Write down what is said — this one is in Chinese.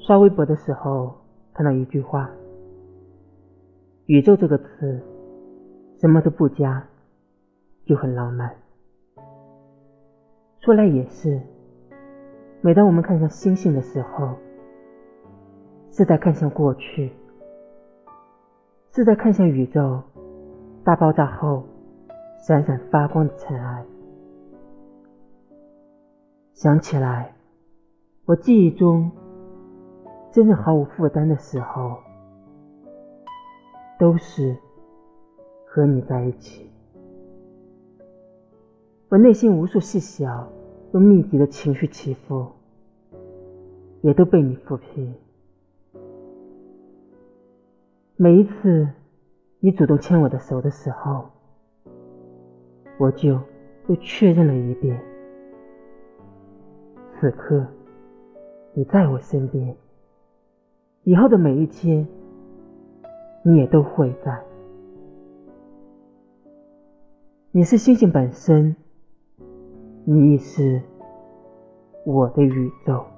刷微博的时候看到一句话，宇宙这个词什么都不加就很浪漫。说来也是，每当我们看向星星的时候，是在看向过去，是在看向宇宙大爆炸后闪闪发光的尘埃。想起来，我记忆中真正毫无负担的时候，都是和你在一起。我内心无数细小又密集的情绪起伏，也都被你抚平。每一次你主动牵我的手的时候，我就又确认了一遍，此刻你在我身边，以后的每一天你也都会在。你是星星本身，你亦是我的宇宙。